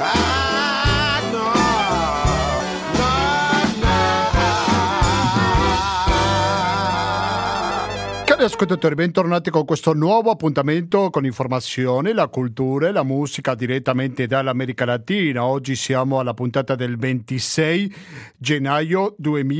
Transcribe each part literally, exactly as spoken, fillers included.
Ah, no, no, no. Cari ascoltatori, bentornati con questo nuovo appuntamento con informazione, la cultura e la musica direttamente dall'America Latina. Oggi siamo alla puntata del ventisei gennaio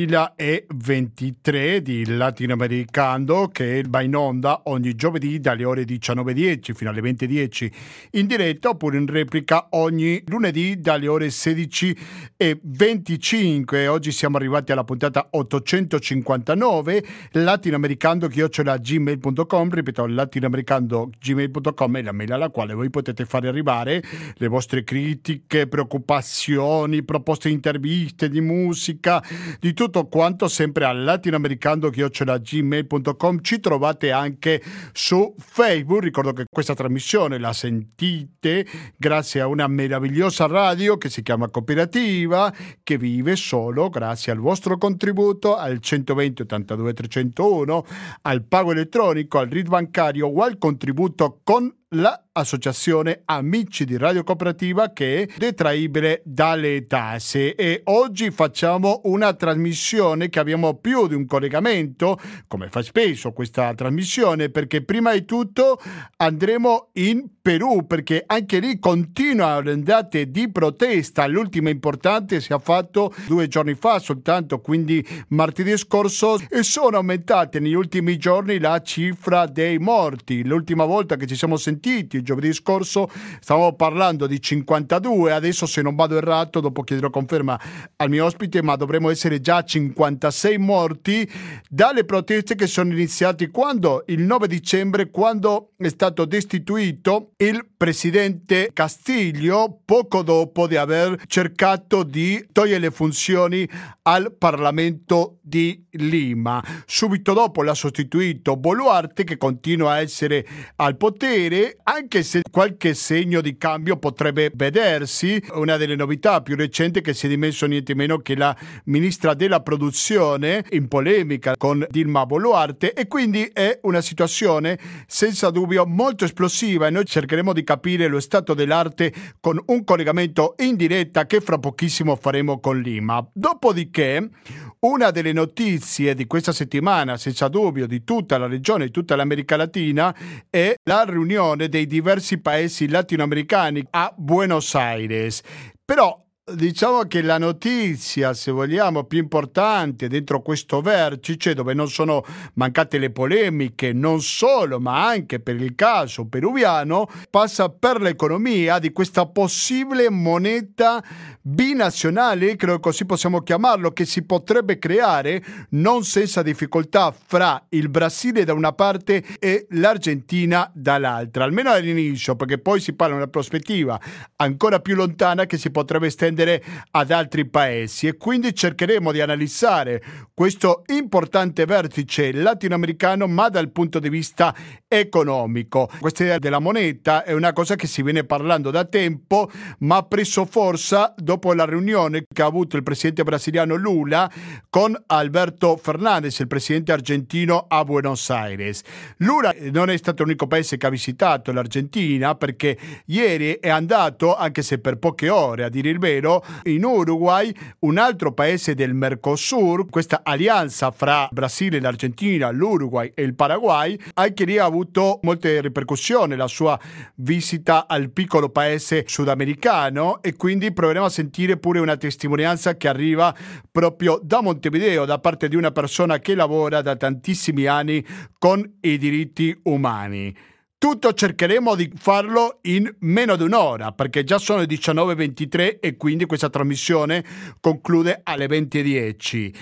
duemilaventitré di Latinoamericano, che va in onda ogni giovedì dalle ore diciannove e dieci fino alle venti e dieci in diretta, oppure in replica ogni lunedì dalle ore sedici e venticinque. Oggi siamo arrivati alla puntata ottocentocinquantanove. Latinoamericano chiocciola gmail punto com, ripeto, latinoamericano gmail punto com è la mail alla quale voi potete fare arrivare le vostre critiche, preoccupazioni, proposte di interviste, di musica, di tutto quanto, sempre a latinoamericano chiocciola gmail punto com. Ci trovate anche su Facebook. Ricordo che questa trasmissione la sentite grazie a una meravigliosa radio che si chiama Cooperativa, che vive solo grazie al vostro contributo al centoventi ottantadue trecentouno, al pago elettronico, al R I D bancario o al contributo con l'associazione Amici di Radio Cooperativa, che è detraibile dalle tasse. E oggi facciamo una trasmissione che abbiamo più di un collegamento, come fa spesso questa trasmissione, perché prima di tutto andremo in Perù, perché anche lì continuano le ondate di protesta. L'ultima importante si è fatto due giorni fa soltanto, quindi martedì scorso, e sono aumentate negli ultimi giorni la cifra dei morti. L'ultima volta che ci siamo sentiti, il giovedì scorso, stavamo parlando di cinquantadue, adesso, se non vado errato, dopo chiederò conferma al mio ospite, ma dovremmo essere già a cinquantasei morti dalle proteste che sono iniziate quando? Il nove dicembre, quando è stato destituito il presidente Castillo, poco dopo di aver cercato di togliere le funzioni al Parlamento di Lima. Subito dopo l'ha sostituito Boluarte, che continua a essere al potere, anche se qualche segno di cambio potrebbe vedersi. Una delle novità più recenti che si è dimesso niente meno che la ministra della produzione, in polemica con Dilma Boluarte, e quindi è una situazione senza dubbio molto esplosiva, e noi cercheremo di capire lo stato dell'arte con un collegamento in diretta che fra pochissimo faremo con Lima. Dopodiché, una delle notizie di questa settimana, senza dubbio, di tutta la regione, di tutta l'America Latina, è la riunione dei diversi paesi latinoamericani a Buenos Aires. Però diciamo che la notizia, se vogliamo, più importante dentro questo vertice, dove non sono mancate le polemiche, non solo, ma anche per il caso peruviano, passa per l'economia di questa possibile moneta binazionale, credo così possiamo chiamarlo, che si potrebbe creare non senza difficoltà fra il Brasile da una parte e l'Argentina dall'altra, almeno all'inizio, perché poi si parla di una prospettiva ancora più lontana che si potrebbe estendere ad altri paesi, e quindi cercheremo di analizzare questo importante vertice latinoamericano, ma dal punto di vista economico. Questa idea della moneta è una cosa che si viene parlando da tempo, ma ha preso forza dopo la riunione che ha avuto il presidente brasiliano Lula con Alberto Fernandez, il presidente argentino, a Buenos Aires. Lula non è stato l'unico paese che ha visitato l'Argentina, perché ieri è andato, anche se per poche ore a dire il vero, in Uruguay, un altro paese del Mercosur, questa alleanza fra Brasile, l'Argentina, l'Uruguay e il Paraguay. Anche lì ha avuto molte ripercussioni la sua visita al piccolo paese sudamericano, e quindi proveremo a sentire pure una testimonianza che arriva proprio da Montevideo, da parte di una persona che lavora da tantissimi anni con i diritti umani. Tutto cercheremo di farlo in meno di un'ora, perché già sono le diciannove e ventitré e quindi questa trasmissione conclude alle venti e dieci.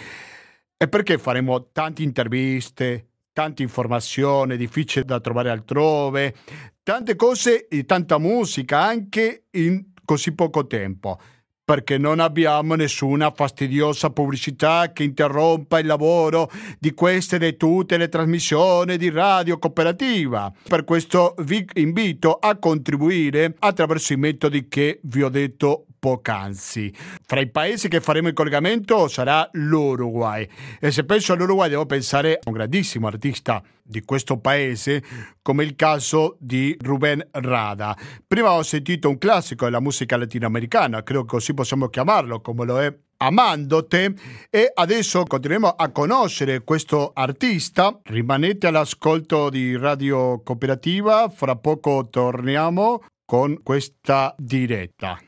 E perché faremo tante interviste, tante informazioni, difficili da trovare altrove, tante cose e tanta musica anche in così poco tempo? Perché non abbiamo nessuna fastidiosa pubblicità che interrompa il lavoro di queste e di tutte le trasmissioni di Radio Cooperativa. Per questo vi invito a contribuire attraverso i metodi che vi ho detto poc'anzi. Fra i paesi che faremo il collegamento sarà l'Uruguay, e se penso all'Uruguay devo pensare a un grandissimo artista di questo paese, come il caso di Rubén Rada. Prima ho sentito un classico della musica latinoamericana, credo che così possiamo chiamarlo, come lo è Amandote, e adesso continueremo a conoscere questo artista. Rimanete all'ascolto di Radio Cooperativa, fra poco torniamo con questa diretta.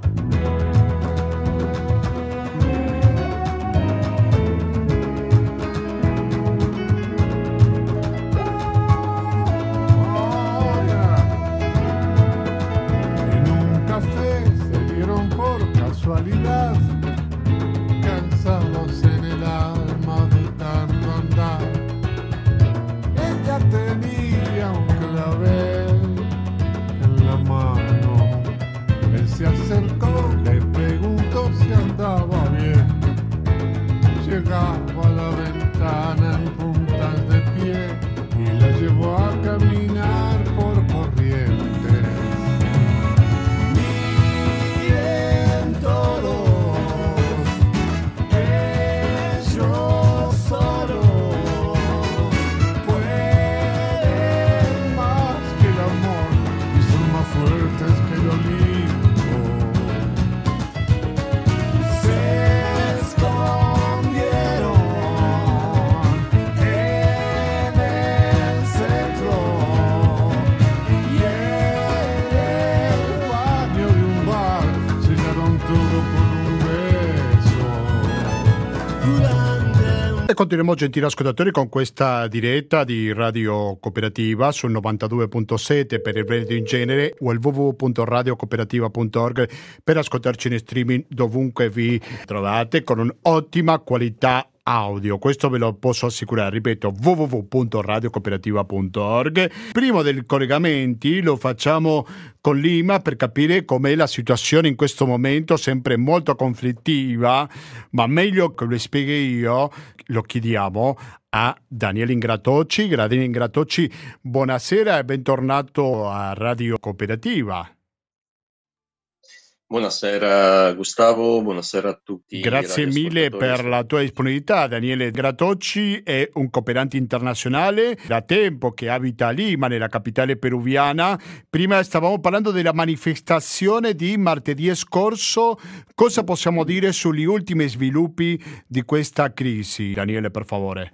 Cansados en el alma de tanto andar, ella tenía un clavel en la mano. Él se acercó, le preguntó si andaba bien. Llegaba a la ventana en puntas de pie y la llevó a caminar por corrientes. E continuiamo, gentili ascoltatori, con questa diretta di Radio Cooperativa sul novantadue virgola sette per il radio in genere o il w w w punto radio cooperativa punto org per ascoltarci in streaming dovunque vi trovate con un'ottima qualità audio. Questo ve lo posso assicurare, ripeto, w w w punto radio cooperativa punto org. Prima dei collegamenti lo facciamo con Lima per capire com'è la situazione in questo momento, sempre molto conflittiva, ma meglio che lo spieghi io, lo chiediamo a Daniele Ingratocci. Daniele Ingratocci, buonasera e bentornato a Radio Cooperativa. Buonasera Gustavo, buonasera a tutti. Grazie mille per la tua disponibilità. Daniele Ingratocci è un cooperante internazionale da tempo che abita a Lima, nella capitale peruviana. Prima stavamo parlando della manifestazione di martedì scorso. Cosa possiamo dire sugli ultimi sviluppi di questa crisi? Daniele, per favore.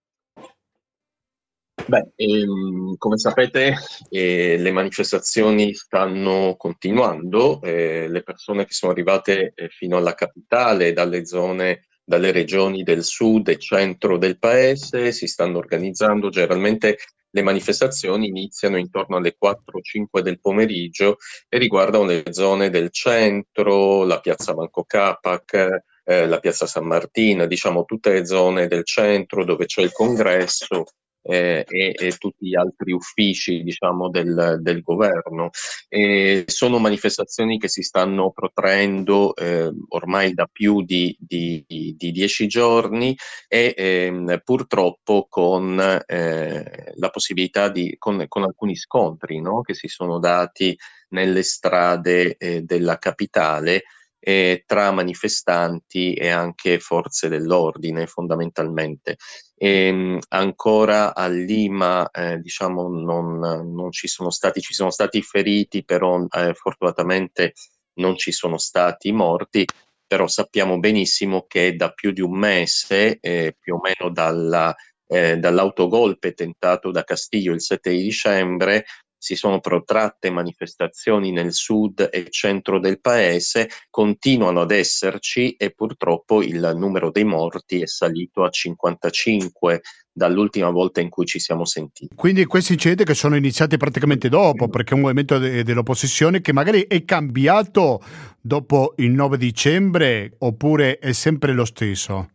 Beh, ehm, come sapete eh, le manifestazioni stanno continuando, eh, le persone che sono arrivate eh, fino alla capitale dalle zone, dalle regioni del sud e centro del paese si stanno organizzando. Generalmente le manifestazioni iniziano intorno alle quattro o cinque del pomeriggio e riguardano le zone del centro, la piazza Manco Cápac, eh, la piazza San Martín, diciamo tutte le zone del centro dove c'è il congresso. Eh, e, e tutti gli altri uffici, diciamo, del, del governo. E sono manifestazioni che si stanno protraendo eh, ormai da più di, di, di dieci giorni e eh, purtroppo con eh, la possibilità di, con, con alcuni scontri, no? Che si sono dati nelle strade eh, della capitale, Eh, tra manifestanti e anche forze dell'ordine fondamentalmente. E, ancora a Lima eh, diciamo non, non ci sono stati, ci sono stati feriti, però eh, fortunatamente non ci sono stati morti, però sappiamo benissimo che da più di un mese, eh, più o meno dalla, eh, dall'autogolpe tentato da Castillo il sette di dicembre, si sono protratte manifestazioni nel sud e centro del paese, continuano ad esserci e purtroppo il numero dei morti è salito a cinquantacinque dall'ultima volta in cui ci siamo sentiti. Quindi questi incidenti che sono iniziati praticamente dopo, perché è un movimento de- dell'opposizione che magari è cambiato dopo il nove dicembre oppure è sempre lo stesso?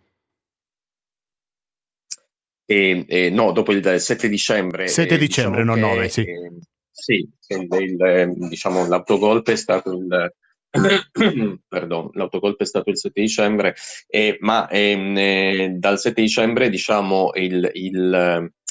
E, e, no, dopo il sette dicembre. sette dicembre, diciamo non che, nove, sì. Eh, sì, il, diciamo, l'autogolpe è stato il perdon, l'autogolpe è stato il sette dicembre, eh, ma ehm, eh, dal sette dicembre, diciamo, il, il,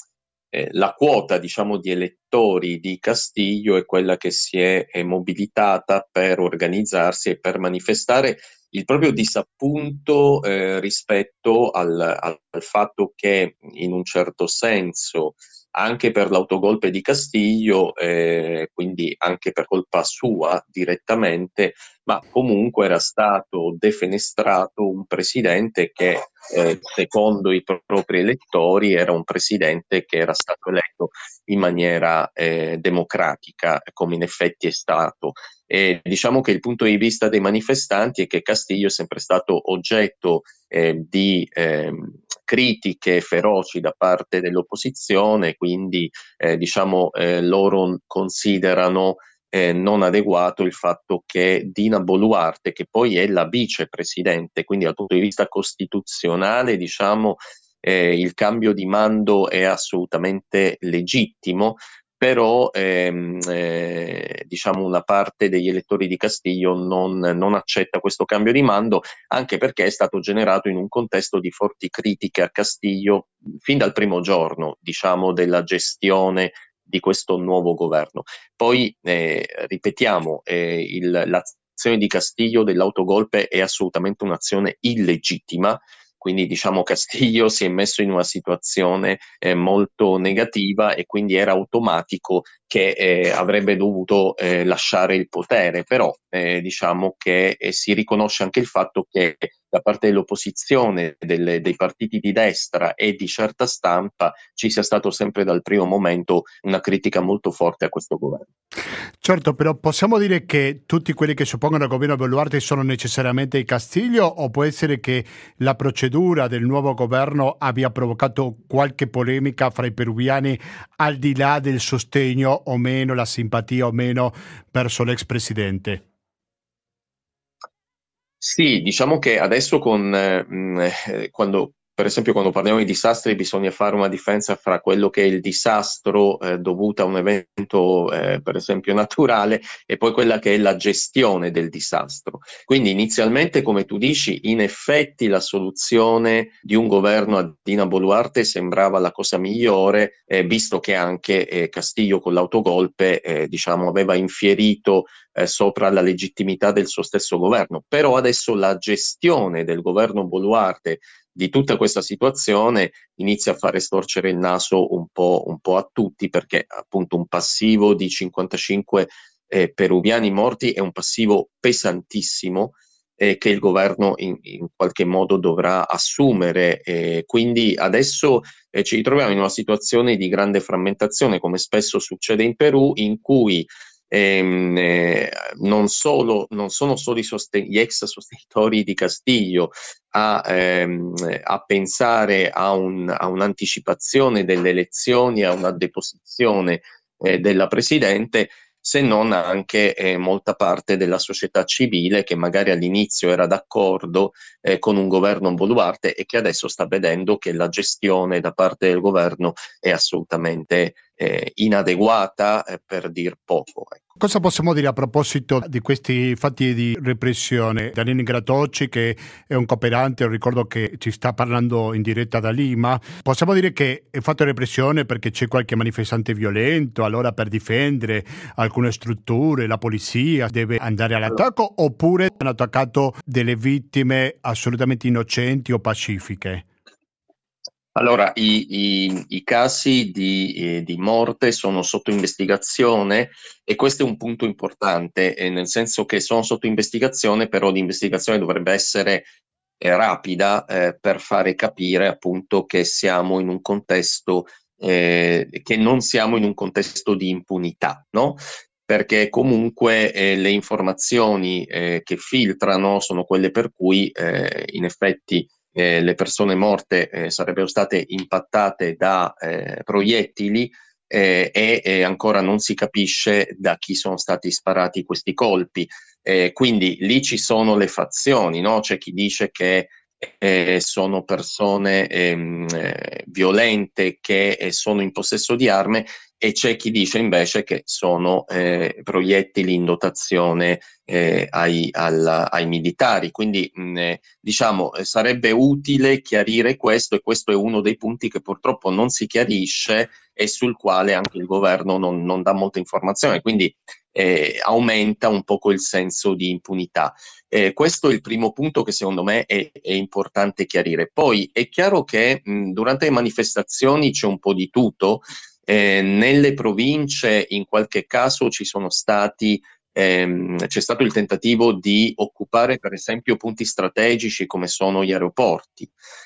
eh, la quota, diciamo, di elettori di Castillo è quella che si è, è mobilitata per organizzarsi e per manifestare il proprio disappunto eh, rispetto al, al, al fatto che in un certo senso anche per l'autogolpe di Castillo, eh, quindi anche per colpa sua direttamente, ma comunque era stato defenestrato un presidente che eh, secondo i propri elettori era un presidente che era stato eletto in maniera eh, democratica, come in effetti è stato. E diciamo che il punto di vista dei manifestanti è che Castillo è sempre stato oggetto eh, di eh, critiche feroci da parte dell'opposizione, quindi eh, diciamo eh, loro considerano eh, non adeguato il fatto che Dina Boluarte, che poi è la vicepresidente, quindi dal punto di vista costituzionale, diciamo, eh, il cambio di mando è assolutamente legittimo, però ehm, eh, diciamo una parte degli elettori di Castillo non, non accetta questo cambio di mando, anche perché è stato generato in un contesto di forti critiche a Castillo fin dal primo giorno, diciamo, della gestione di questo nuovo governo. Poi eh, ripetiamo, eh, il, l'azione di Castillo dell'autogolpe è assolutamente un'azione illegittima. Quindi diciamo Castillo si è messo in una situazione eh, molto negativa e quindi era automatico che eh, avrebbe dovuto eh, lasciare il potere, però eh, diciamo che eh, si riconosce anche il fatto che da parte dell'opposizione, delle, dei partiti di destra e di certa stampa ci sia stato sempre dal primo momento una critica molto forte a questo governo. Certo, però possiamo dire che tutti quelli che suppongono il governo Boluarte sono necessariamente i Castillo, o può essere che la procedura del nuovo governo abbia provocato qualche polemica fra i peruviani, al di là del sostegno o meno, la simpatia o meno verso l'ex presidente? Sì, diciamo che adesso con eh, quando per esempio quando parliamo di disastri bisogna fare una differenza fra quello che è il disastro eh, dovuto a un evento eh, per esempio naturale e poi quella che è la gestione del disastro. Quindi inizialmente, come tu dici, in effetti la soluzione di un governo a Dina Boluarte sembrava la cosa migliore, eh, visto che anche eh, Castillo con l'autogolpe eh, diciamo aveva infierito eh, sopra la legittimità del suo stesso governo. Però adesso la gestione del governo Boluarte di tutta questa situazione inizia a fare storcere il naso un po', un po' a tutti, perché appunto un passivo di cinquantacinque eh, peruviani morti è un passivo pesantissimo eh, che il governo in, in qualche modo dovrà assumere. Eh, quindi adesso eh, ci ritroviamo in una situazione di grande frammentazione, come spesso succede in Perù, in cui Ehm, eh, non, solo, non sono solo i sosten- gli ex sostenitori di Castillo a, ehm, a pensare a, un, a un'anticipazione delle elezioni, a una deposizione eh, della Presidente, se non anche eh, molta parte della società civile che magari all'inizio era d'accordo eh, con un governo Boluarte e che adesso sta vedendo che la gestione da parte del governo è assolutamente eh, inadeguata, eh, per dir poco. Ecco. Cosa possiamo dire a proposito di questi fatti di repressione? Daniele Gratocci, che è un cooperante, ricordo che ci sta parlando in diretta da Lima, possiamo dire che è fatto repressione perché c'è qualche manifestante violento, allora per difendere alcune strutture la polizia deve andare all'attacco, oppure hanno attaccato delle vittime assolutamente innocenti o pacifiche? Allora, i, i, i casi di, eh, di morte sono sotto investigazione e questo è un punto importante, eh, nel senso che sono sotto investigazione, però l'investigazione dovrebbe essere eh, rapida eh, per fare capire appunto che siamo in un contesto, eh, che non siamo in un contesto di impunità, no? Perché comunque eh, le informazioni eh, che filtrano sono quelle per cui eh, in effetti Eh, le persone morte eh, sarebbero state impattate da eh, proiettili eh, e eh, ancora non si capisce da chi sono stati sparati questi colpi. Eh, quindi lì ci sono le fazioni, no? C'è chi dice che eh, sono persone ehm, eh, violente che eh, sono in possesso di armi e c'è chi dice invece che sono eh, proiettili in dotazione eh, ai, al, ai militari. Quindi mh, eh, diciamo eh, sarebbe utile chiarire questo, e questo è uno dei punti che purtroppo non si chiarisce e sul quale anche il governo non, non dà molta informazione, quindi eh, aumenta un poco il senso di impunità. Eh, questo è il primo punto che secondo me è, è importante chiarire. Poi è chiaro che mh, durante le manifestazioni c'è un po' di tutto. Eh, nelle province in qualche caso ci sono stati ehm, c'è stato il tentativo di occupare per esempio punti strategici come sono gli aeroporti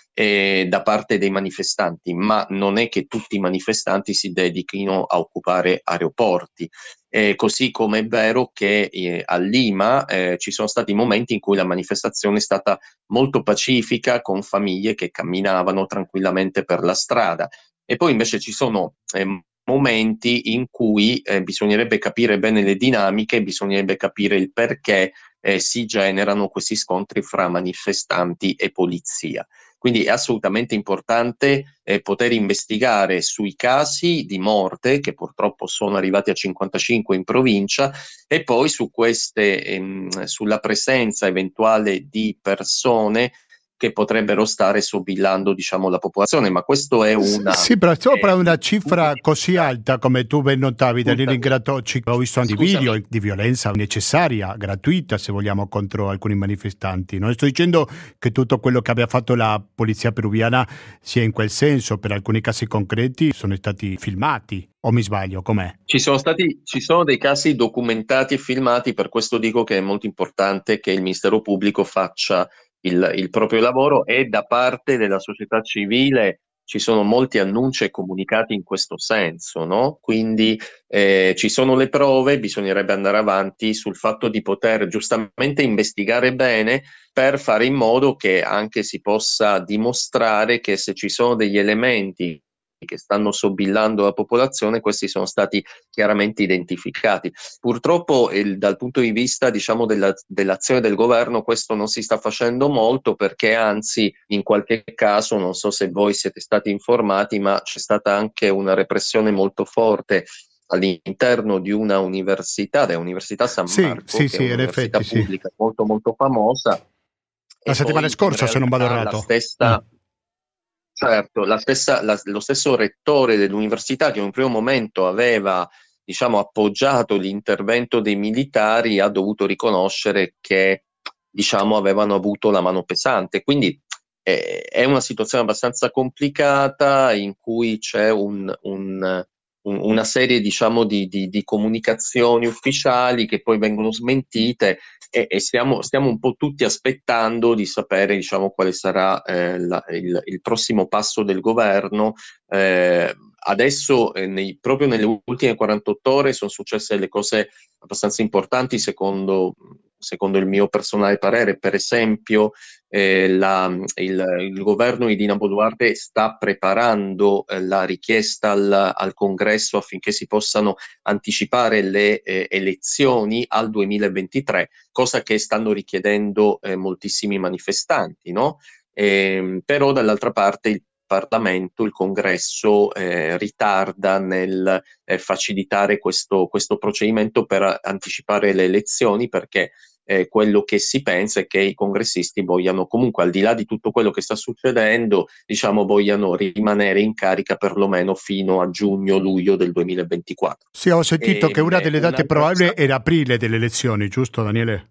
eh, da parte dei manifestanti, ma non è che tutti i manifestanti si dedichino a occupare aeroporti. Eh, così come è vero che eh, a Lima eh, ci sono stati momenti in cui la manifestazione è stata molto pacifica, con famiglie che camminavano tranquillamente per la strada. E poi invece ci sono eh, momenti in cui eh, bisognerebbe capire bene le dinamiche, bisognerebbe capire il perché eh, si generano questi scontri fra manifestanti e polizia. Quindi è assolutamente importante eh, poter investigare sui casi di morte, che purtroppo sono arrivati a cinquantacinque in provincia, e poi su queste, ehm, sulla presenza eventuale di persone che potrebbero stare sobillando, diciamo, la popolazione, ma questo è una... Sì, però sopra è, una cifra così alta, come tu ben notavi, Daniele Ingratocci, ho visto anche Scusami. video di violenza necessaria, gratuita, se vogliamo, contro alcuni manifestanti. Non sto dicendo che tutto quello che abbia fatto la polizia peruviana sia in quel senso, per alcuni casi concreti sono stati filmati, o mi sbaglio, com'è? Ci sono stati, ci sono dei casi documentati e filmati, per questo dico che è molto importante che il Ministero Pubblico faccia Il, il proprio lavoro, e da parte della società civile ci sono molti annunci e comunicati in questo senso, no? Quindi eh, ci sono le prove, bisognerebbe andare avanti sul fatto di poter giustamente investigare bene per fare in modo che anche si possa dimostrare che se ci sono degli elementi che stanno sobillando la popolazione, questi sono stati chiaramente identificati. Purtroppo il, dal punto di vista, diciamo, della, dell'azione del governo questo non si sta facendo molto, perché anzi in qualche caso, non so se voi siete stati informati, ma c'è stata anche una repressione molto forte all'interno di una università, dell'Università San Marco, sì, sì, che sì, è un'università effetti, pubblica sì. molto molto famosa. La settimana scorsa, se non vado La errato. stessa... Mm. Certo, la stessa, la, lo stesso rettore dell'università, che in un primo momento aveva, diciamo, appoggiato l'intervento dei militari, ha dovuto riconoscere che, diciamo, avevano avuto la mano pesante. Quindi eh, è una situazione abbastanza complicata, in cui c'è un, un, un, una serie, diciamo, di, di, di comunicazioni ufficiali che poi vengono smentite, e, e stiamo, stiamo un po' tutti aspettando di sapere, diciamo, quale sarà eh, la, il, il prossimo passo del governo. Eh, adesso, eh, nei, proprio nelle ultime quarantotto ore, sono successe delle cose abbastanza importanti secondo, secondo il mio personale parere. Per esempio, eh, la, il, il governo di Dina Boluarte sta preparando eh, la richiesta al, al Congresso affinché si possano anticipare le eh, elezioni al duemilaventitré, cosa che stanno richiedendo eh, moltissimi manifestanti, no? Eh, però dall'altra parte il Parlamento, il Congresso eh, ritarda nel eh, facilitare questo, questo procedimento per anticipare le elezioni, perché eh, quello che si pensa è che i congressisti vogliano comunque, al di là di tutto quello che sta succedendo, diciamo, vogliano rimanere in carica perlomeno fino a giugno-luglio del duemilaventiquattro. Sì, ho sentito E, che una delle date probabili cosa... era aprile delle elezioni, giusto Daniele?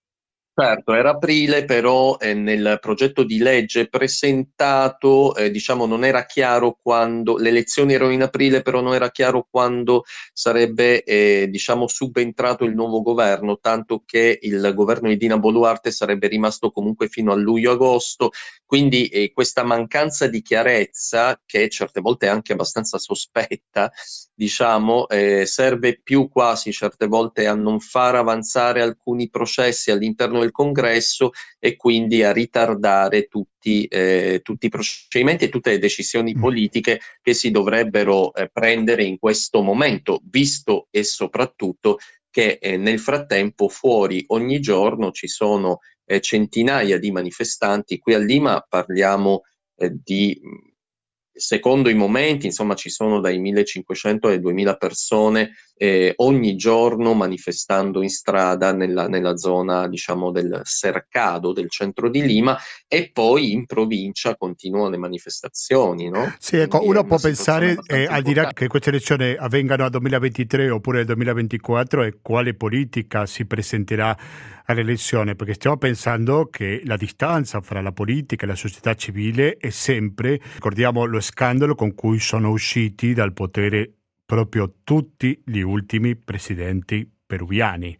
Certo, era aprile, però eh, nel progetto di legge presentato, eh, diciamo, non era chiaro quando, le elezioni erano in aprile, però non era chiaro quando sarebbe, eh, diciamo, subentrato il nuovo governo, tanto che il governo di Dina Boluarte sarebbe rimasto comunque fino a luglio-agosto, quindi eh, questa mancanza di chiarezza, che certe volte è anche abbastanza sospetta, diciamo, eh, serve più quasi certe volte a non far avanzare alcuni processi all'interno del Congresso, e quindi a ritardare tutti, eh, tutti i procedimenti e tutte le decisioni politiche che si dovrebbero eh, prendere in questo momento, visto e soprattutto che eh, nel frattempo fuori ogni giorno ci sono eh, centinaia di manifestanti. Qui a Lima parliamo eh, di secondo i momenti, insomma, ci sono dai millecinquecento alle duemila persone eh, ogni giorno manifestando in strada nella, nella zona, diciamo, del Cercado, del centro di Lima, e poi in provincia continuano le manifestazioni, no? Sì, ecco, Quindi è uno una può situazione pensare, eh, abbastanza al di là importante. che queste elezioni avvengano al duemilaventitré oppure al duemilaventiquattro, e quale politica si presenterà all'elezione, perché stiamo pensando che la distanza fra la politica e la società civile è sempre, ricordiamo lo scandalo con cui sono usciti dal potere proprio tutti gli ultimi presidenti peruviani.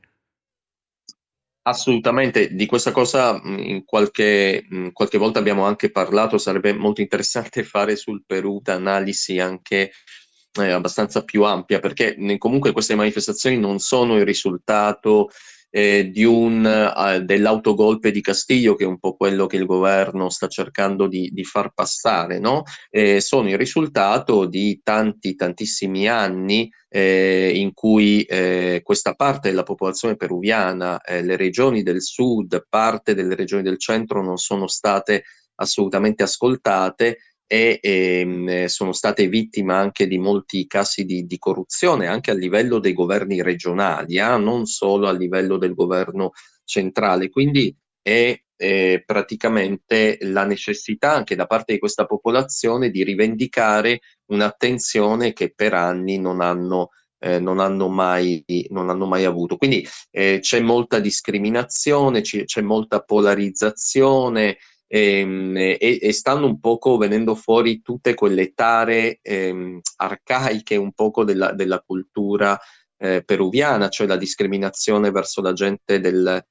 Assolutamente, di questa cosa mh, in qualche, mh, qualche volta abbiamo anche parlato, sarebbe molto interessante fare sul Perù un'analisi anche eh, abbastanza più ampia, perché mh, comunque queste manifestazioni non sono il risultato eh, di un, eh, dell'autogolpe di Castiglio, che è un po' quello che il governo sta cercando di, di far passare, no? Eh, sono il risultato di tanti, tantissimi anni eh, in cui eh, questa parte della popolazione peruviana, eh, le regioni del sud, parte delle regioni del centro non sono state assolutamente ascoltate e ehm, sono state vittime anche di molti casi di, di corruzione, anche a livello dei governi regionali, eh, non solo a livello del governo centrale. Quindi è eh, praticamente la necessità anche da parte di questa popolazione di rivendicare un'attenzione che per anni non hanno, eh, non hanno, mai, non hanno mai avuto. Quindi eh, c'è molta discriminazione, c- c'è molta polarizzazione ehm, e, e stanno un poco venendo fuori tutte quelle tare ehm, arcaiche un poco della, della cultura eh, peruviana, cioè la discriminazione verso la gente, del,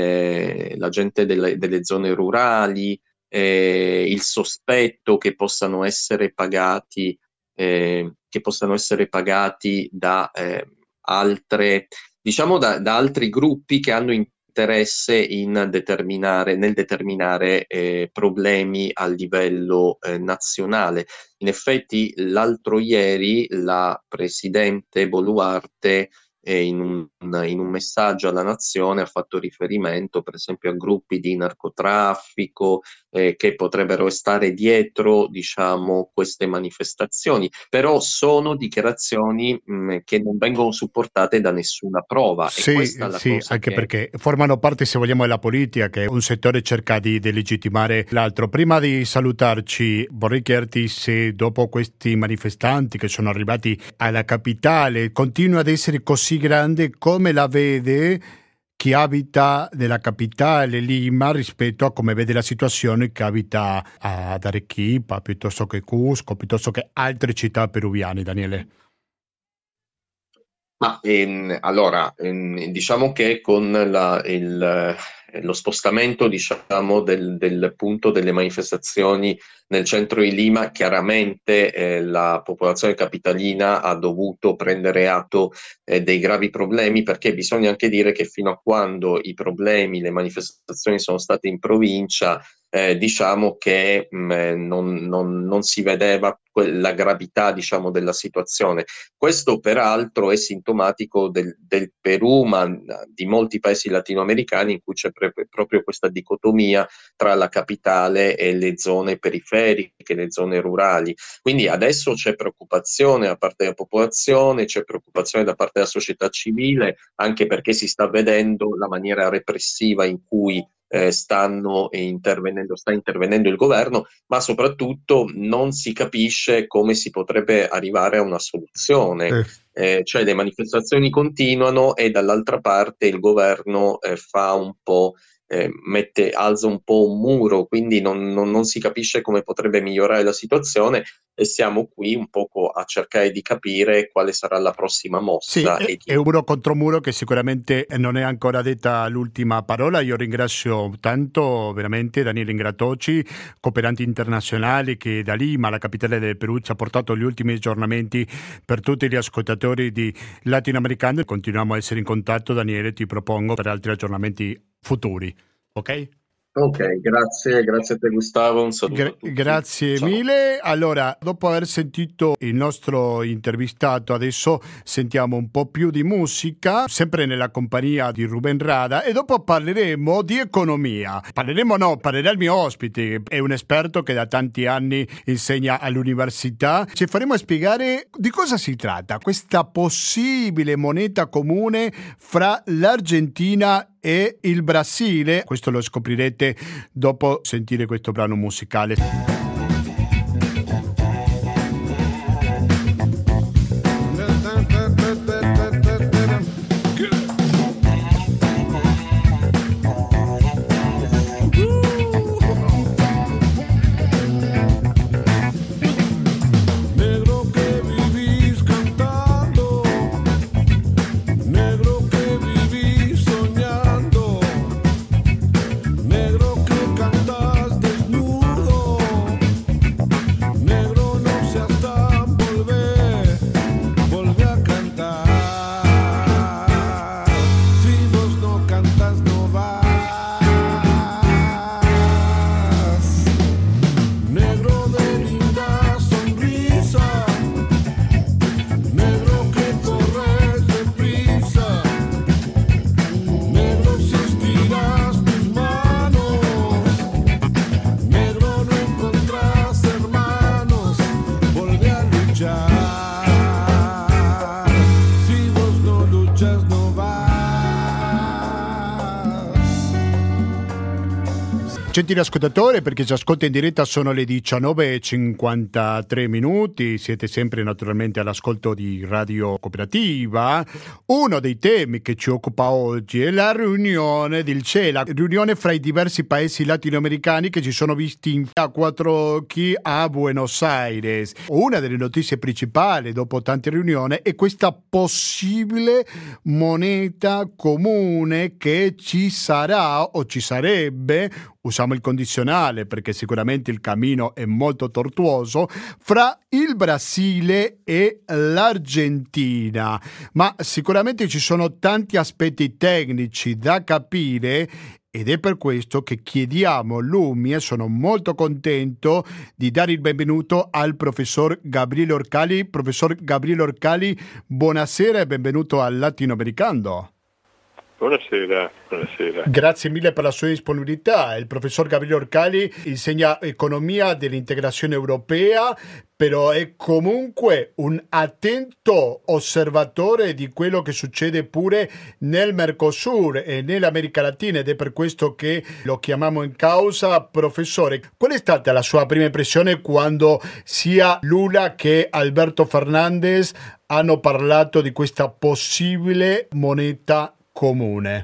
eh, la gente delle, delle zone rurali, eh, il sospetto che possano essere pagati, eh, che possano essere pagati da eh, altre, diciamo da, da altri gruppi che hanno interesse in determinare, nel determinare eh, problemi a livello eh, nazionale. In effetti, l'altro ieri la presidente Boluarte eh, in, un, in un messaggio alla nazione ha fatto riferimento per esempio a gruppi di narcotraffico eh, che potrebbero stare dietro, diciamo, queste manifestazioni, però sono dichiarazioni mh, che non vengono supportate da nessuna prova, e Sì, questa è la sì, cosa anche che perché formano parte, se vogliamo, della politica, che un settore cerca di delegittimare l'altro. Prima di salutarci, vorrei chiederti se dopo questi manifestanti che sono arrivati alla capitale continua ad essere così grande, come la vede chi abita nella capitale Lima rispetto a come vede la situazione chi abita ad Arequipa, piuttosto che Cusco, piuttosto che altre città peruviane, Daniele. Ma ehm, allora, ehm, diciamo che con la- il, eh, lo spostamento, diciamo, del, del punto delle manifestazioni nel centro di Lima, chiaramente eh, la popolazione capitalina ha dovuto prendere atto eh, dei gravi problemi, perché bisogna anche dire che fino a quando i problemi, le manifestazioni sono state in provincia, eh, diciamo che mh, non, non- non si vedeva que- la gravità, diciamo, della situazione. Questo peraltro è sintomatico del, del Perù, ma di molti paesi latinoamericani in cui c'è pre- proprio questa dicotomia tra la capitale e le zone periferiche, le zone rurali. Quindi adesso c'è preoccupazione da parte della popolazione, c'è preoccupazione da parte della società civile, anche perché si sta vedendo la maniera repressiva in cui eh, stanno intervenendo, sta intervenendo il governo, ma soprattutto non si capisce come si potrebbe arrivare a una soluzione. Eh, Eh, cioè le manifestazioni continuano e dall'altra parte il governo eh, fa un po', eh, mette, alza un po' un muro, quindi non, non- non si capisce come potrebbe migliorare la situazione, e siamo qui un poco a cercare di capire quale sarà la prossima Sì, mossa è, e è chi. un muro contro muro che sicuramente non è ancora detta l'ultima parola. Io ringrazio tanto veramente Daniele Ingratocci, cooperante internazionale che da Lima, la capitale del Perù, ci ha portato gli ultimi aggiornamenti per tutti gli ascoltatori di Latinoamericano. Continuiamo a essere in contatto, Daniele, ti propongo per altri aggiornamenti futuri, ok? Ok, grazie, grazie a te Gustavo, un saluto Gra- a tutti. grazie Ciao. mille. Allora, dopo aver sentito il nostro intervistato, adesso sentiamo un po' più di musica, sempre nella compagnia di Ruben Rada, e dopo parleremo di economia. Parleremo no, parlerà il mio ospite, è un esperto che da tanti anni insegna all'università. Ci faremo spiegare di cosa si tratta questa possibile moneta comune fra l'Argentina e il Brasile. Questo lo scoprirete dopo sentire questo brano musicale. Gentili ascoltatori, perché ci ascolta in diretta sono le diciannove e cinquantatré minuti, siete sempre naturalmente all'ascolto di Radio Cooperativa. Uno dei temi che ci occupa oggi è la riunione del C E L A, riunione fra i diversi paesi latinoamericani che ci sono visti a quattro occhi a Buenos Aires. Una delle notizie principali dopo tante riunioni è questa possibile moneta comune che ci sarà o ci sarebbe, usiamo il condizionale perché sicuramente il cammino è molto tortuoso, fra il Brasile e l'Argentina. Ma sicuramente ci sono tanti aspetti tecnici da capire ed è per questo che chiediamo l'U M I e sono molto contento di dare il benvenuto al professor Gabriele Orcali. Professor Gabriele Orcali, buonasera e benvenuto al Latinoamericano. Buonasera, buonasera. Grazie mille per la sua disponibilità. Il professor Gabriele Orcali insegna economia dell'integrazione europea, però è comunque un attento osservatore di quello che succede pure nel Mercosur e nell'America Latina ed è per questo che lo chiamiamo in causa. Professore, qual è stata la sua prima impressione quando sia Lula che Alberto Fernandez hanno parlato di questa possibile moneta comune?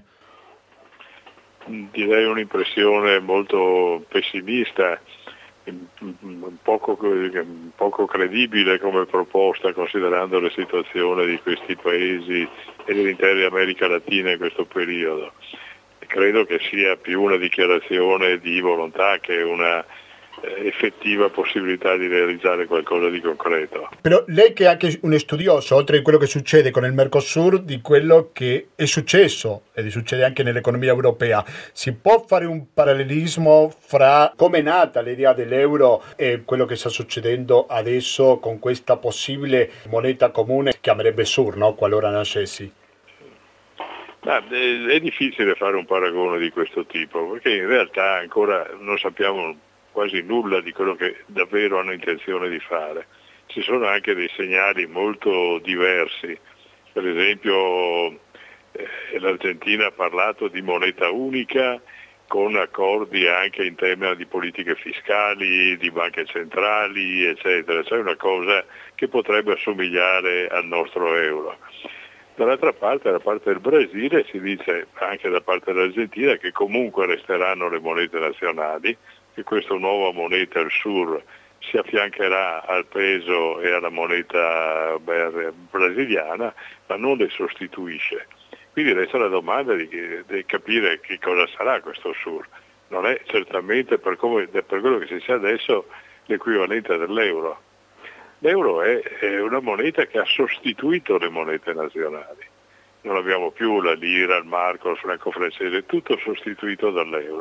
Direi un'impressione molto pessimista, poco, poco credibile come proposta, considerando la situazione di questi paesi e dell'intera America Latina in questo periodo. Credo che sia più una dichiarazione di volontà che una effettiva possibilità di realizzare qualcosa di concreto. Però lei che è anche un studioso, oltre a quello che succede con il Mercosur, di quello che è successo e succede anche nell'economia europea, si può fare un parallelismo fra come è nata l'idea dell'euro e quello che sta succedendo adesso con questa possibile moneta comune che chiamerebbe S U R, no? Qualora nascessi? Ma è difficile fare un paragone di questo tipo, perché in realtà ancora non sappiamo quasi nulla di quello che davvero hanno intenzione di fare. Ci sono anche dei segnali molto diversi, per esempio eh, l'Argentina ha parlato di moneta unica con accordi anche in tema di politiche fiscali, di banche centrali, eccetera, cioè una cosa che potrebbe assomigliare al nostro euro. Dall'altra parte, da parte del Brasile, si dice anche da parte dell'Argentina che comunque resteranno le monete nazionali, che questa nuova moneta, il S U R, si affiancherà al peso e alla moneta brasiliana, ma non le sostituisce. Quindi resta la domanda di, di capire che cosa sarà questo S U R. Non è certamente, per, come, per quello che si sa adesso, l'equivalente dell'euro. L'euro è, è una moneta che ha sostituito le monete nazionali. Non abbiamo più la lira, il marco, il franco francese, tutto sostituito dall'euro.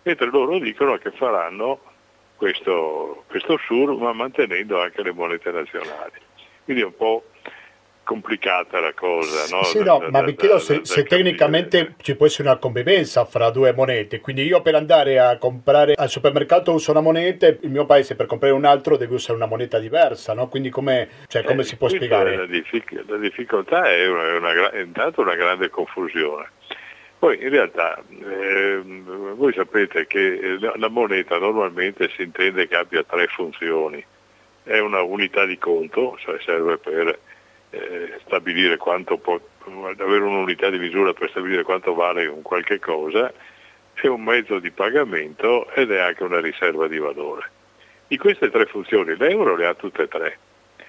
mentre loro dicono che faranno questo, questo S U R ma mantenendo anche le monete nazionali. Quindi è un po' complicata la cosa, no? Sì, no, Da- ma da- mi chiedo da- se, da se capire. tecnicamente ci può essere una convivenza fra due monete, quindi io per andare a comprare al supermercato uso una moneta, il mio paese per comprare un altro deve usare una moneta diversa, no? Quindi come, cioè, come Eh, si può questa è spiegare? La, diffic- la difficoltà è, una, è, una, gra- è intanto una grande confusione. Poi in realtà ehm, voi sapete che la, la moneta normalmente si intende che abbia tre funzioni. È una unità di conto, cioè serve per eh, stabilire quanto può, avere un'unità di misura per stabilire quanto vale un qualche cosa, è un mezzo di pagamento ed è anche una riserva di valore. Di queste tre funzioni l'euro le ha tutte e tre.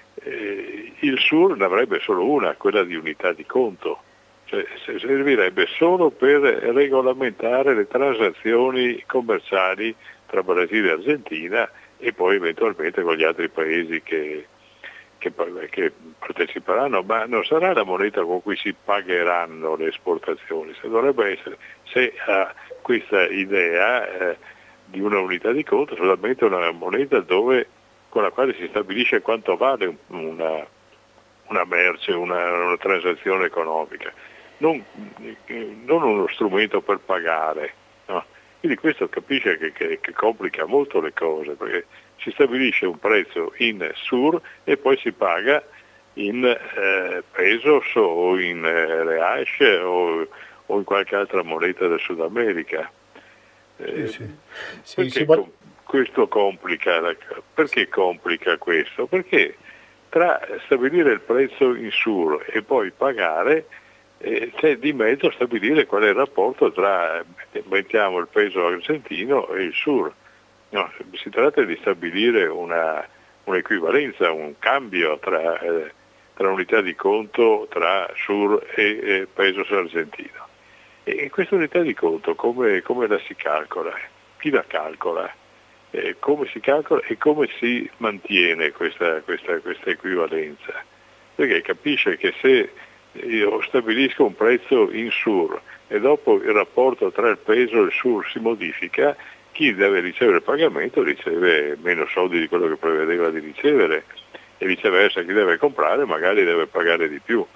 Eh, il S U R ne avrebbe solo una, quella di unità di conto, cioè servirebbe solo per regolamentare le transazioni commerciali tra Brasile e Argentina e poi eventualmente con gli altri paesi che, che, che parteciperanno, ma non sarà la moneta con cui si pagheranno le esportazioni, se dovrebbe essere, se ha questa idea eh, di una unità di conto, solamente una moneta dove, con la quale si stabilisce quanto vale una, una merce, una, una transazione economica, non, non uno strumento per pagare, no? Quindi questo capisce che, che, che complica molto le cose, perché si stabilisce un prezzo in S U R e poi si paga in eh, pesos o in eh, reais o, o in qualche altra moneta del Sud America. Eh, Sì, sì. Sì, perché sì, vuol- com- questo complica la, perché complica questo? Perché tra stabilire il prezzo in S U R e poi pagare eh, c'è di mezzo stabilire qual è il rapporto tra, mettiamo il peso argentino e il S U R. No, si tratta di stabilire una, un'equivalenza, un cambio tra, eh, tra unità di conto tra S U R e, e peso argentino. E questa unità di conto come, come la si calcola? Chi la calcola? Eh, come si calcola e come si mantiene questa, questa, questa equivalenza? Perché capisce che se io stabilisco un prezzo in S U R e dopo il rapporto tra il peso e il S U R si modifica, chi deve ricevere il pagamento riceve meno soldi di quello che prevedeva di ricevere e viceversa chi deve comprare magari deve pagare di più.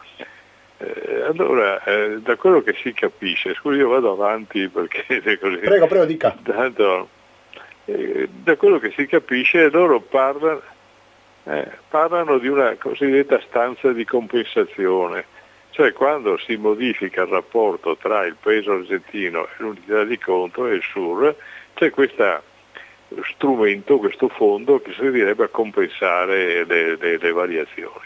Eh, allora, eh, da quello che si capisce, scusi io vado avanti perché è così. Prego, prego, dica. Intanto, eh, da quello che si capisce loro parlano, eh, parlano di una cosiddetta stanza di compensazione, cioè quando si modifica il rapporto tra il peso argentino e l'unità di conto e il S U R, c'è questo strumento, questo fondo che servirebbe a compensare le, le, le variazioni.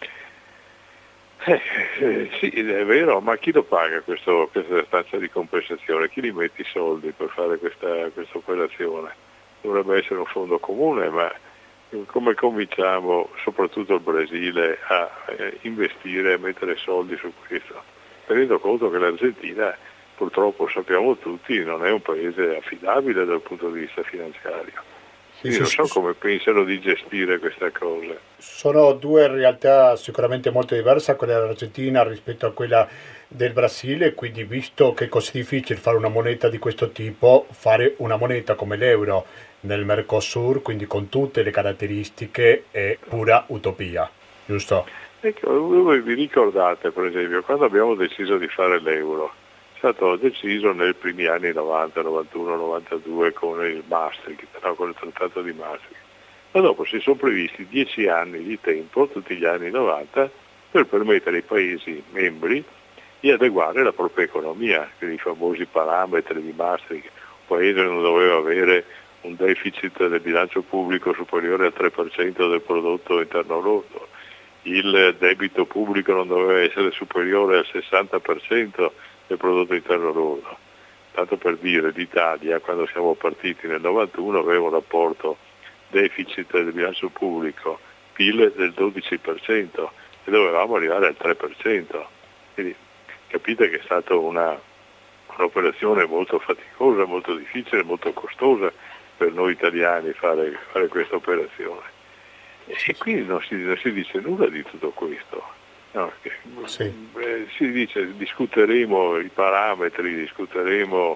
Eh, eh, sì, è vero, ma chi lo paga questo, questa stanza di compensazione? Chi li mette i soldi per fare questa, questa operazione? Dovrebbe essere un fondo comune, ma come cominciamo, soprattutto il Brasile, a eh, investire, a mettere soldi su questo? Tenendo conto che l'Argentina, purtroppo sappiamo tutti, non è un paese affidabile dal punto di vista finanziario. Quindi non so come pensano di gestire questa cosa. Sono due realtà sicuramente molto diverse, quella dell'Argentina rispetto a quella del Brasile, quindi visto che è così difficile fare una moneta di questo tipo, fare una moneta come l'euro nel Mercosur, quindi con tutte le caratteristiche, è pura utopia, giusto? Ecco, voi vi ricordate per esempio quando abbiamo deciso di fare l'euro? È stato deciso nei primi anni novanta, novantuno, novantadue con il Maastricht, no, con il trattato di Maastricht. Ma dopo si sono previsti dieci anni di tempo, tutti gli anni novanta, per permettere ai Paesi membri di adeguare la propria economia, quindi i famosi parametri di Maastricht. Un Paese non doveva avere un deficit del bilancio pubblico superiore al tre per cento del prodotto interno lordo, il debito pubblico non doveva essere superiore al sessanta per cento del prodotto interno lordo. Tanto per dire, l'Italia quando siamo partiti nel novantuno aveva un rapporto deficit del bilancio pubblico P I L del dodici per cento e dovevamo arrivare al tre per cento. Quindi capite che è stata una, un'operazione molto faticosa, molto difficile, molto costosa per noi italiani fare, fare questa operazione. E quindi non si, non si dice nulla di tutto questo. No, che, Sì. eh, si dice discuteremo i parametri, discuteremo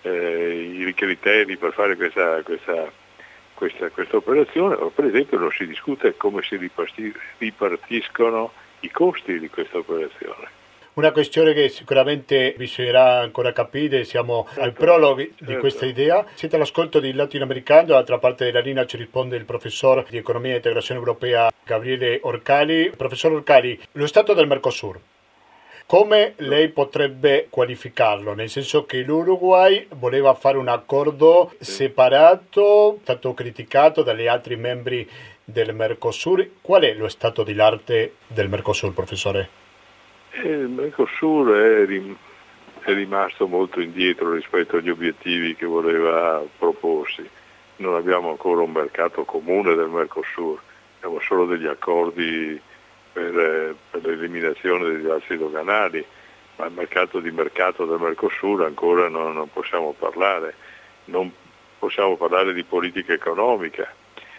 eh, i criteri per fare questa, questa, questa, questa operazione, o per esempio non si discute come si riparti, ripartiscono i costi di questa operazione. Una questione che sicuramente bisognerà ancora capire, siamo certo, ai prologhi certo. di questa idea. Siete all'ascolto di Latinoamericano, dall'altra parte della linea ci risponde il professor di Economia e Integrazione Europea Gabriele Orcali. Professor Orcali, lo stato del Mercosur, come lei potrebbe qualificarlo? Nel senso che l'Uruguay voleva fare un accordo separato, è stato criticato dagli altri membri del Mercosur. Qual è lo stato dell'arte del Mercosur, professore? Il Mercosur è, rim- è rimasto molto indietro rispetto agli obiettivi che voleva proporsi. Non abbiamo ancora un mercato comune del Mercosur, abbiamo solo degli accordi per, per l'eliminazione degli dazi doganali, ma il mercato di mercato del Mercosur ancora non, non possiamo parlare, non possiamo parlare di politica economica.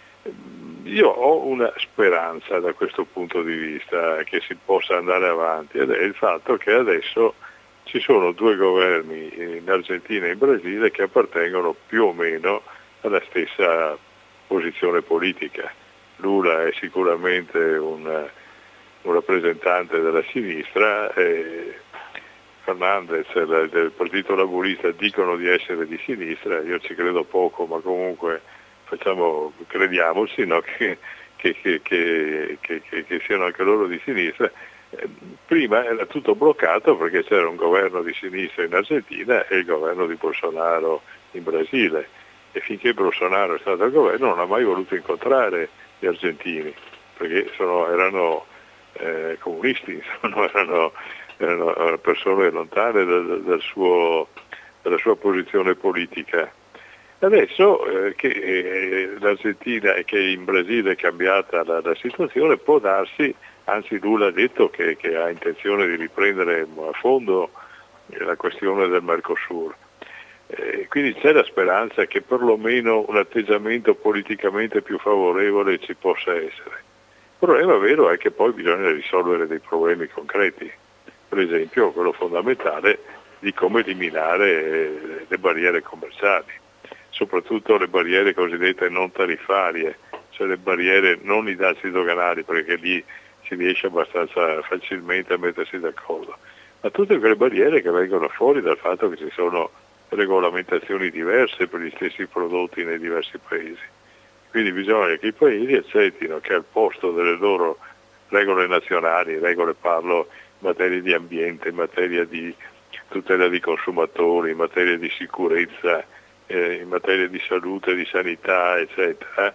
Io ho una speranza da questo punto di vista che si possa andare avanti, ed è il fatto che adesso ci sono due governi in Argentina e in Brasile che appartengono più o meno alla stessa posizione politica. Lula è sicuramente un, un rappresentante della sinistra e Fernandez del, del Partito Laburista dicono di essere di sinistra, io ci credo poco, ma comunque facciamo, crediamoci, no, che, che, che, che, che, che siano anche loro di sinistra. Eh, prima era tutto bloccato perché c'era un governo di sinistra in Argentina e il governo di Bolsonaro in Brasile, e finché Bolsonaro è stato al governo non ha mai voluto incontrare gli argentini perché sono, erano eh, comunisti, insomma, erano, erano persone lontane dal, dal suo, dalla sua posizione politica. Adesso eh, che eh, l'Argentina e che in Brasile è cambiata la, la situazione, può darsi, anzi Lula ha detto che, che ha intenzione di riprendere a fondo eh, la questione del Mercosur. Eh, quindi c'è la speranza che perlomeno un atteggiamento politicamente più favorevole ci possa essere. Il problema vero è che poi bisogna risolvere dei problemi concreti, per esempio quello fondamentale di come eliminare eh, le barriere commerciali, soprattutto le barriere cosiddette non tariffarie, cioè le barriere non i dazi doganali, perché lì si riesce abbastanza facilmente a mettersi d'accordo, ma tutte quelle barriere che vengono fuori dal fatto che ci sono regolamentazioni diverse per gli stessi prodotti nei diversi paesi. Quindi bisogna che i paesi accettino che al posto delle loro regole nazionali, regole parlo in materia di ambiente, in materia di tutela di consumatori, in materia di sicurezza, in materia di salute, di sanità, eccetera,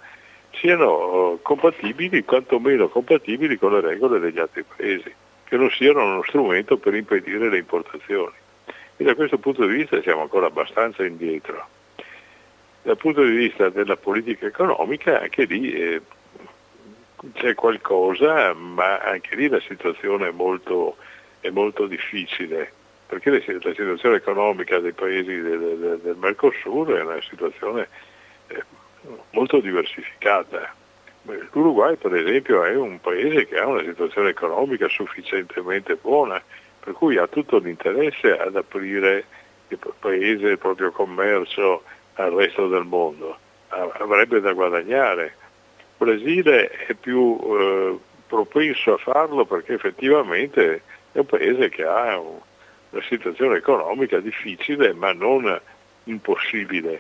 siano compatibili, quantomeno compatibili con le regole degli altri paesi, che non siano uno strumento per impedire le importazioni. E da questo punto di vista siamo ancora abbastanza indietro. Dal punto di vista della politica economica, anche lì eh, c'è qualcosa, ma anche lì la situazione è molto, è molto difficile, perché la situazione economica dei paesi del, del, del Mercosur è una situazione eh, molto diversificata. L'Uruguay, per esempio, è un paese che ha una situazione economica sufficientemente buona, per cui ha tutto l'interesse ad aprire il paese, il proprio commercio al resto del mondo. Avrebbe da guadagnare. Il Brasile è più eh, propenso a farlo perché effettivamente è un paese che ha un una situazione economica difficile ma non impossibile.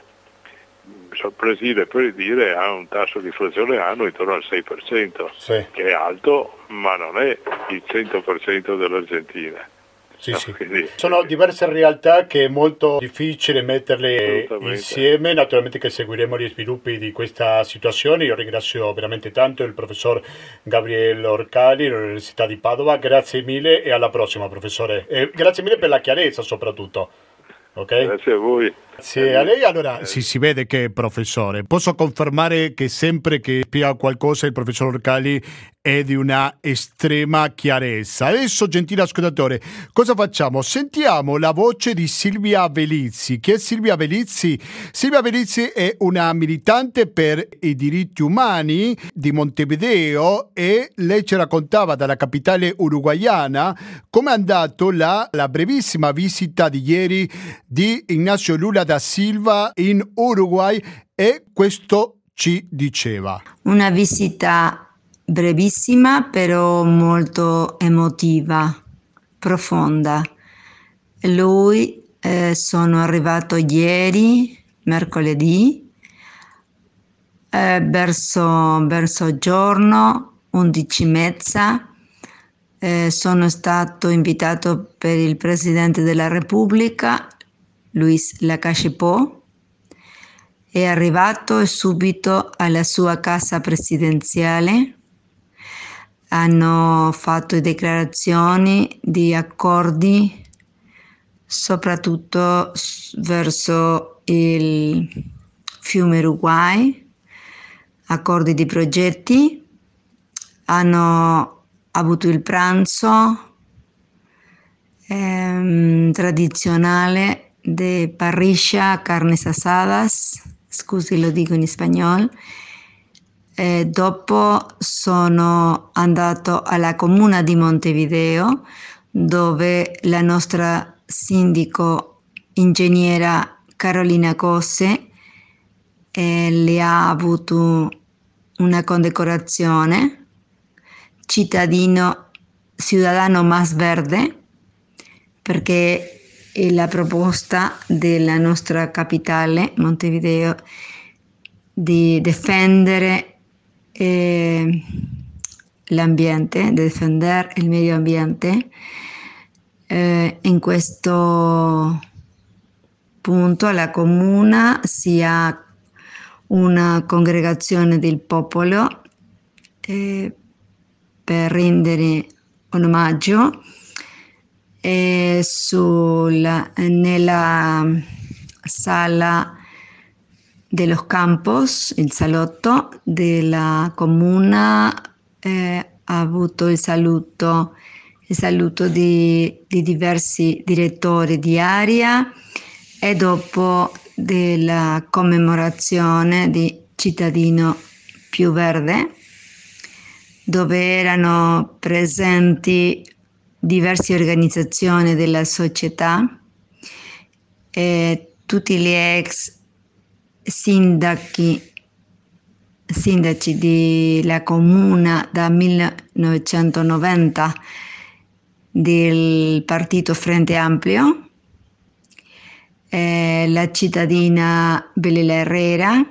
Il Brasile, per dire, ha un tasso di inflazione annuo intorno al sei per cento, sì, che è alto ma non è il cento per cento dell'Argentina. Sì, no, sì. Quindi, sono diverse realtà che è molto difficile metterle insieme. Naturalmente che seguiremo gli sviluppi di questa situazione. Io ringrazio veramente tanto il professor Gabriele Orcali dell'Università di Padova. Grazie mille e alla prossima, professore. E grazie mille per la chiarezza soprattutto. Okay? Grazie a voi. Grazie a lei. Allora, sì, si vede che è professore. Posso confermare che sempre che spiega qualcosa il professor Orcali è di una estrema chiarezza. Adesso, gentile ascoltatore, cosa facciamo? Sentiamo la voce di Silvia Velizzi. Chi è Silvia Velizzi? Silvia Velizzi è una militante per i diritti umani di Montevideo e lei ci raccontava dalla capitale uruguaiana come è andato la, la brevissima visita di ieri di Ignacio Lula da Silva in Uruguay e questo ci diceva. Una visita brevissima, però molto emotiva, profonda. Lui eh, sono arrivato ieri, mercoledì, eh, verso, verso giorno undici e mezza. Eh, sono stato invitato per il Presidente della Repubblica, Luis Lacalle Pou. È arrivato subito alla sua casa presidenziale. Hanno fatto dichiarazioni di accordi, soprattutto verso il fiume Uruguay, accordi di progetti. Hanno avuto il pranzo ehm, tradizionale di parrilla, carnes asadas, scusi lo dico in spagnolo. E dopo sono andato alla comuna di Montevideo, dove la nostra sindaco ingegnera Carolina Cosse eh, le ha avuto una condecorazione, cittadino ciudadano más verde, perché è la proposta della nostra capitale, Montevideo, di difendere eh, l'ambiente, di difendere il medio ambiente. Eh, in questo punto la comuna si ha una congregazione del popolo eh, per rendere un omaggio e sulla, nella sala de los Campos, il salotto della comuna, eh, ha avuto il saluto, il saluto di, di diversi direttori di area e dopo della commemorazione di cittadino più verde, dove erano presenti diverse organizzazioni della società e tutti gli ex sindaci, sindaci della comuna da millenovecentonovanta del partito Frente Amplio, eh, la cittadina Belela Herrera,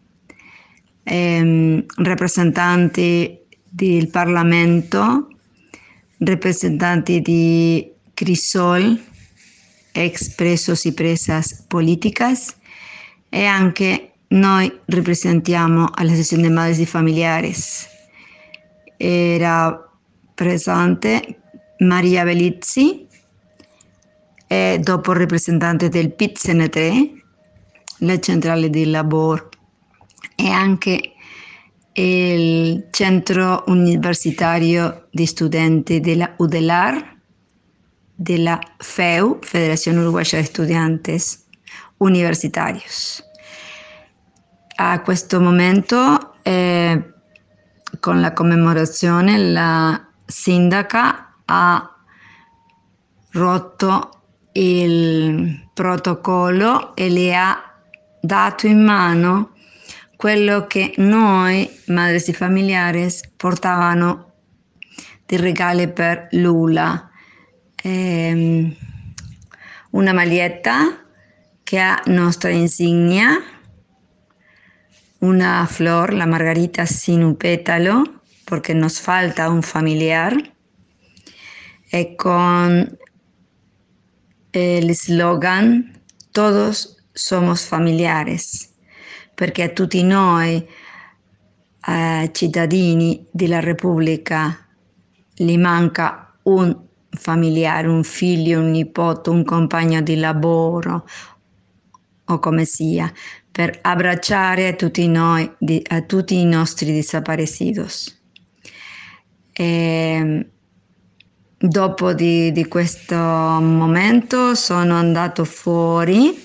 eh, rappresentanti del Parlamento, rappresentanti di Crisol, ex presos y presas políticas, e anche noi rappresentiamo all'Associazione de Madres y Familiares. Era presente Maria Velizzi e dopo il rappresentante del P I T S N tre, la centrale del lavoro, e anche il centro universitario di studenti della U D E L A R, della F E U, Federación Uruguaya de Estudiantes Universitarios. A questo momento, eh, con la commemorazione, la sindaca ha rotto il protocollo e le ha dato in mano quello che noi, madres y familiares, portavano di regali per Lula. Eh, una maglietta che ha nostra insignia, una flor, la margarita sin un pétalo, porque nos falta un familiar, e con el slogan "Todos somos familiares", perché a tutti noi eh, cittadini della Repubblica gli manca un familiare, un figlio, un nipote, un compagno di lavoro o come sia, per abbracciare a tutti noi, a tutti i nostri desaparecidos. E dopo di, di questo momento sono andato fuori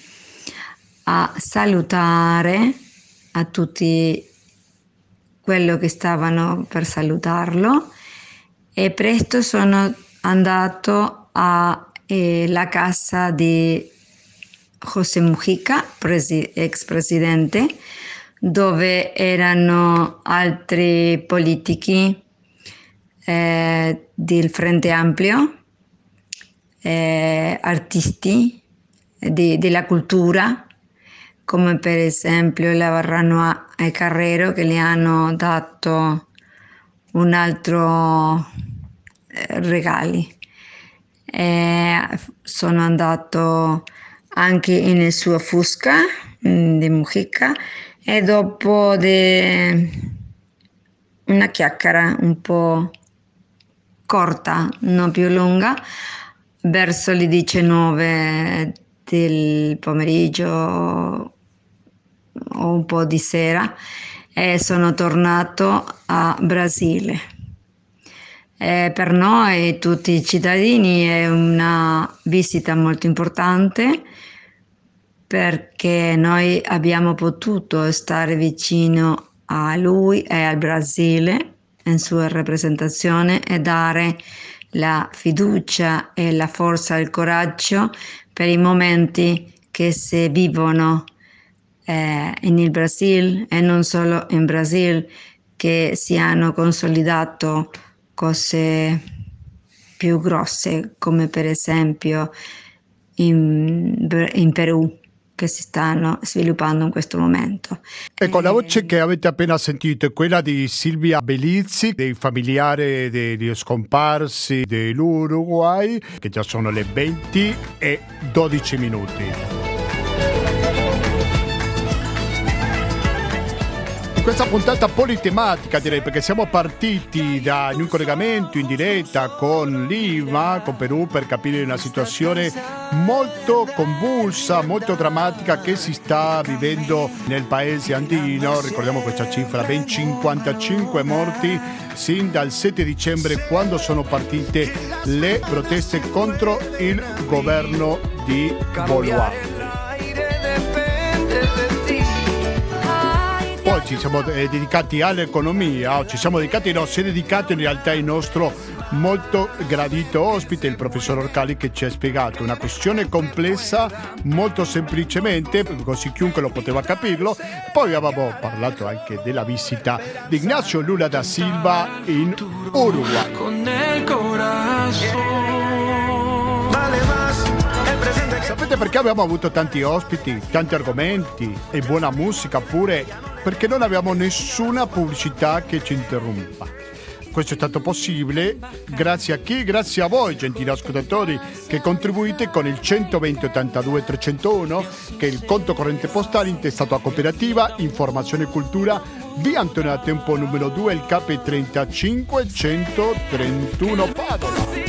a salutare a tutti quello che stavano per salutarlo e presto sono andato alla casa di José Mujica, presi- ex presidente, dove erano altri politici eh, del Frente Amplio, eh, artisti di, della cultura, come per esempio la Barrano e Carrero, che gli hanno dato un altro eh, regali. Eh, sono andato anche nel suo Fusca di Mujica e dopo de una chiacchiera un po' corta, non più lunga, verso le diciannove del pomeriggio o un po' di sera, e sono tornato a Brasile. E per noi, tutti i cittadini, è una visita molto importante perché noi abbiamo potuto stare vicino a lui e al Brasile in sua rappresentazione e dare la fiducia e la forza e il coraggio per i momenti che si vivono eh, nel Brasile e non solo in Brasile, che si hanno consolidato cose più grosse, come per esempio in, in Perù, che si stanno sviluppando in questo momento. Ecco, la voce che avete appena sentito è quella di Silvia Belizzi, dei familiari degli scomparsi dell'Uruguay, che già sono le venti e dodici minuti. In questa puntata politematica, direi, perché siamo partiti da un collegamento in diretta con Lima, con Perù, per capire una situazione molto convulsa, molto drammatica che si sta vivendo nel paese andino. Ricordiamo questa cifra, ben cinquantacinque morti sin dal sette dicembre, quando sono partite le proteste contro il governo di Boluarte. Poi ci siamo eh, dedicati all'economia, ci siamo dedicati, no, si è dedicato in realtà il nostro molto gradito ospite, il professor Orcali, che ci ha spiegato una questione complessa molto semplicemente, così chiunque lo poteva capirlo. Poi avevamo parlato anche della visita di Ignacio Lula da Silva in Uruguay. Sapete perché abbiamo avuto tanti ospiti, tanti argomenti e buona musica pure? Perché non abbiamo nessuna pubblicità che ci interrompa. Questo è stato possibile grazie a chi? Grazie a voi, gentili ascoltatori, che contribuite con il centoventi ottantadue trecentouno, che è il conto corrente postale intestato a Cooperativa Informazione e Cultura, via Antonio da Tempo numero due, il K trentacinque centotrentuno Padova.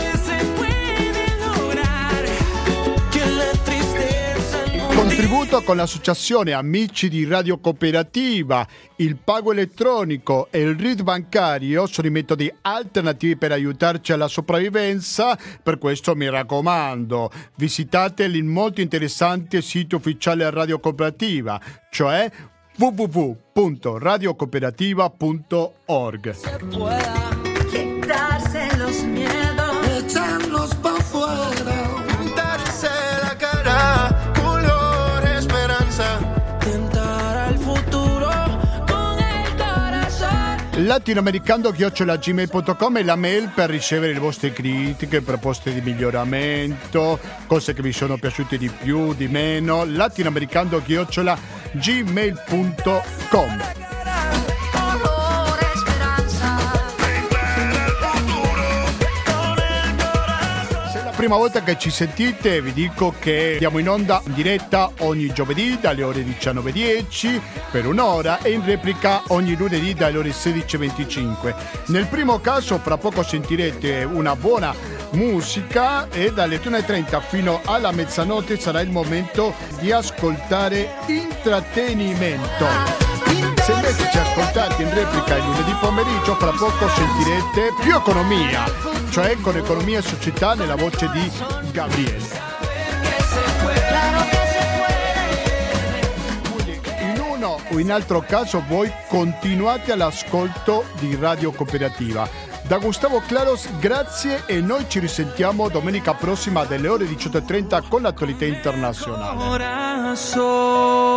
Contributo con l'associazione Amici di Radio Cooperativa, il pago elettronico e il R I D bancario sono i metodi alternativi per aiutarci alla sopravvivenza. Per questo mi raccomando, visitate il molto interessante sito ufficiale Radio Cooperativa, cioè w w w punto radio cooperativa punto org. latinoamericano chiocciola gmail punto com è la mail per ricevere le vostre critiche, proposte di miglioramento, cose che vi sono piaciute di più, di meno. latinoamericano chiocciola gmail punto com. Prima volta che ci sentite, vi dico che andiamo in onda in diretta ogni giovedì dalle ore diciannove e dieci per un'ora e in replica ogni lunedì dalle ore sedici e venticinque. Nel primo caso, fra poco sentirete una buona musica e dalle ventuno e trenta fino alla mezzanotte sarà il momento di ascoltare intrattenimento. Se invece ci ascoltate in replica il lunedì pomeriggio, fra poco sentirete più economia, cioè con economia e società nella voce di Gabriele. In uno o in altro caso voi continuate all'ascolto di Radio Cooperativa. Da Gustavo Claros grazie e noi ci risentiamo domenica prossima alle ore diciotto e trenta con l'attualità internazionale.